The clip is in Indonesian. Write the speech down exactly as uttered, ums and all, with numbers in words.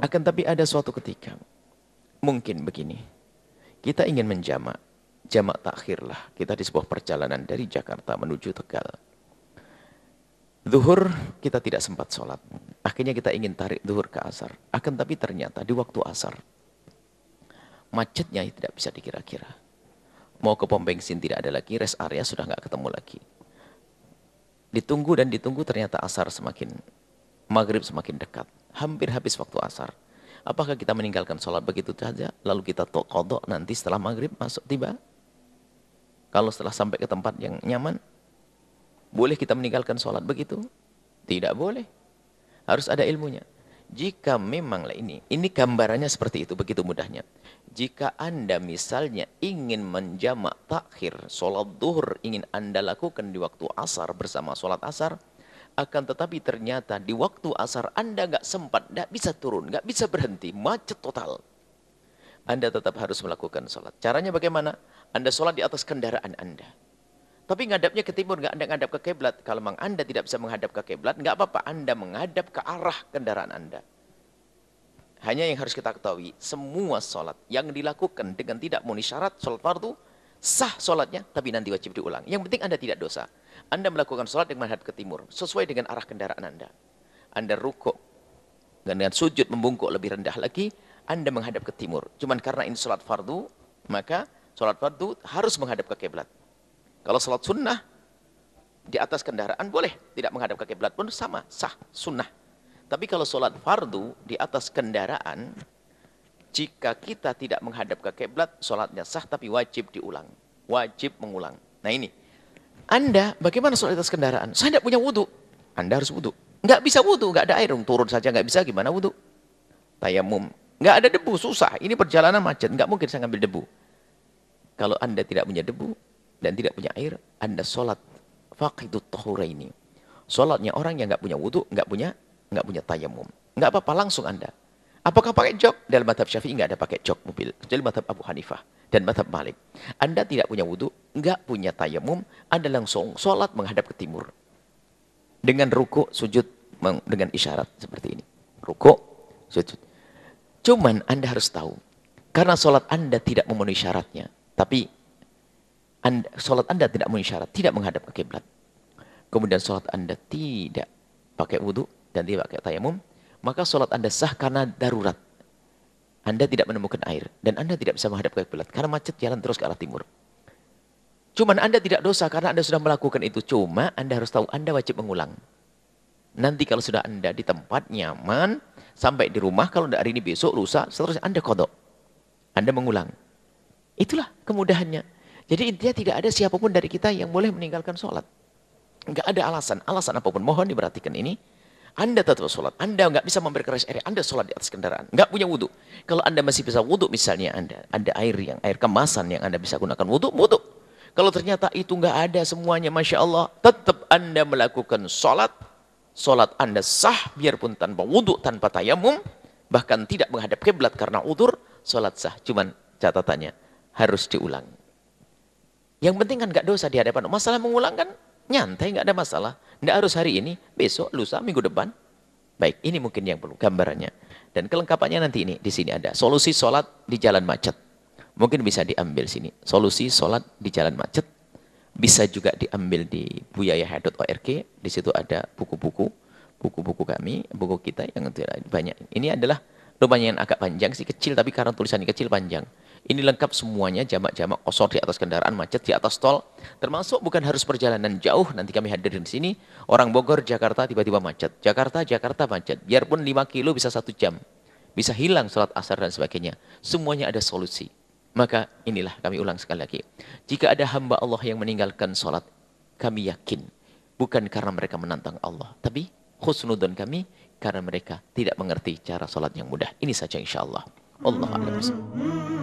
Akan tapi ada suatu ketika, mungkin begini, kita ingin menjamak, jamak takhir lah. Kita di sebuah perjalanan dari Jakarta menuju Tegal. Zuhur kita tidak sempat sholat. Akhirnya kita ingin tarik zuhur ke asar. Akan tapi ternyata di waktu asar, macetnya tidak bisa dikira-kira. Mau ke pom bensin tidak ada lagi, rest area sudah nggak ketemu lagi. Ditunggu dan ditunggu ternyata asar semakin, maghrib semakin dekat. Hampir habis waktu asar. Apakah kita meninggalkan sholat begitu saja, lalu kita qadha nanti setelah maghrib masuk tiba? Kalau setelah sampai ke tempat yang nyaman, boleh kita meninggalkan sholat begitu? Tidak boleh. Harus ada ilmunya. Jika memanglah ini, ini gambarannya seperti itu, begitu mudahnya. Jika Anda misalnya ingin menjamak takhir sholat duhur, ingin Anda lakukan di waktu asar bersama sholat asar, akan tetapi ternyata di waktu asar Anda nggak sempat, nggak bisa turun, nggak bisa berhenti, macet total. Anda tetap harus melakukan sholat. Caranya bagaimana? Anda sholat di atas kendaraan Anda. Tapi ngadapnya ke timur, nggak Anda ngadap ke kiblat. Kalau memang Anda tidak bisa menghadap ke kiblat, nggak apa-apa. Anda menghadap ke arah kendaraan Anda. Hanya yang harus kita ketahui, semua sholat yang dilakukan dengan tidak memenuhi syarat, sholat fardu, sah sholatnya, tapi nanti wajib diulang. Yang penting Anda tidak dosa. Anda melakukan sholat dengan menghadap ke timur, sesuai dengan arah kendaraan Anda. Anda rukuk, dengan sujud membungkuk lebih rendah lagi, Anda menghadap ke timur. Cuman karena ini sholat fardu, maka sholat fardu harus menghadap ke kiblat. Kalau sholat sunnah, di atas kendaraan boleh, tidak menghadap ke kiblat pun sama, sah, sunnah. Tapi kalau sholat fardu di atas kendaraan, jika kita tidak menghadap ke kiblat, sholatnya sah tapi wajib diulang. Wajib mengulang. Nah ini, Anda bagaimana sholat di atas kendaraan? Saya tidak punya wudhu. Anda harus wudhu. Nggak bisa wudhu, nggak ada air, turun saja nggak bisa, gimana wudhu? Tayamum. Nggak ada debu, susah. Ini perjalanan macet, nggak mungkin saya ngambil debu. Kalau Anda tidak punya debu, dan tidak punya air, Anda sholat faqidut tahuraini. Sholatnya orang yang nggak punya wudhu, nggak punya nggak punya tayamum. Nggak apa-apa, langsung Anda. Apakah pakai jok? Dalam mazhab Syafi'i nggak ada pakai jok mobil. Kecuali mazhab Abu Hanifah dan mazhab Malik. Anda tidak punya wudhu, nggak punya tayamum, Anda langsung sholat menghadap ke timur. Dengan ruku, sujud, dengan isyarat seperti ini. Ruku, sujud. Cuman Anda harus tahu, karena sholat Anda tidak memenuhi syaratnya, tapi Anda, sholat Anda tidak memenuhi syarat, tidak menghadap ke kiblat. Kemudian sholat Anda tidak pakai wudhu dan tidak pakai tayamum, maka sholat Anda sah karena darurat. Anda tidak menemukan air dan Anda tidak bisa menghadap ke kiblat karena macet, jalan terus ke arah timur. Cuman Anda tidak dosa karena Anda sudah melakukan itu. Cuma Anda harus tahu Anda wajib mengulang. Nanti kalau sudah Anda di tempat nyaman, sampai di rumah, kalau tidak hari ini besok, lusa, seterusnya Anda qadha. Anda mengulang. Itulah kemudahannya. Jadi intinya tidak ada siapapun dari kita yang boleh meninggalkan sholat. Enggak ada alasan, alasan apapun. Mohon diperhatikan ini. Anda tetap sholat. Anda enggak bisa memberikan rest area. Anda sholat di atas kendaraan. Enggak punya wudhu. Kalau Anda masih bisa wudhu, misalnya Anda ada air yang air kemasan yang Anda bisa gunakan wudhu, wudhu. Kalau ternyata itu enggak ada semuanya, Masya Allah, tetap Anda melakukan sholat. Sholat Anda sah, biarpun tanpa wudhu, tanpa tayamum, bahkan tidak menghadap kiblat karena udzur, sholat sah. Cuman catatannya harus diulang. Yang penting kan nggak dosa di hadapan. Masalah mengulang kan nyantai, nggak ada masalah. Nggak harus hari ini, besok, lusa, minggu depan. Baik, ini mungkin yang perlu gambarannya. Dan kelengkapannya nanti ini, di sini ada solusi sholat di jalan macet. Mungkin bisa diambil sini. Solusi sholat di jalan macet. Bisa juga diambil di buyayah dot org. Di situ ada buku-buku, buku-buku kami, buku kita yang banyak. Ini adalah lumayan agak panjang sih, kecil, tapi karena tulisannya kecil panjang. Ini lengkap semuanya, jamak-jamak kosor di atas kendaraan, macet di atas tol. Termasuk bukan harus perjalanan jauh, nanti kami hadirin di sini. Orang Bogor, Jakarta tiba-tiba macet. Jakarta, Jakarta macet. Biarpun lima kilo bisa satu jam. Bisa hilang sholat asar dan sebagainya. Semuanya ada solusi. Maka inilah kami ulang sekali lagi. Jika ada hamba Allah yang meninggalkan sholat, kami yakin. Bukan karena mereka menantang Allah. Tapi khusnudon kami, karena mereka tidak mengerti cara sholat yang mudah. Ini saja insya Allah. Allah a'lam.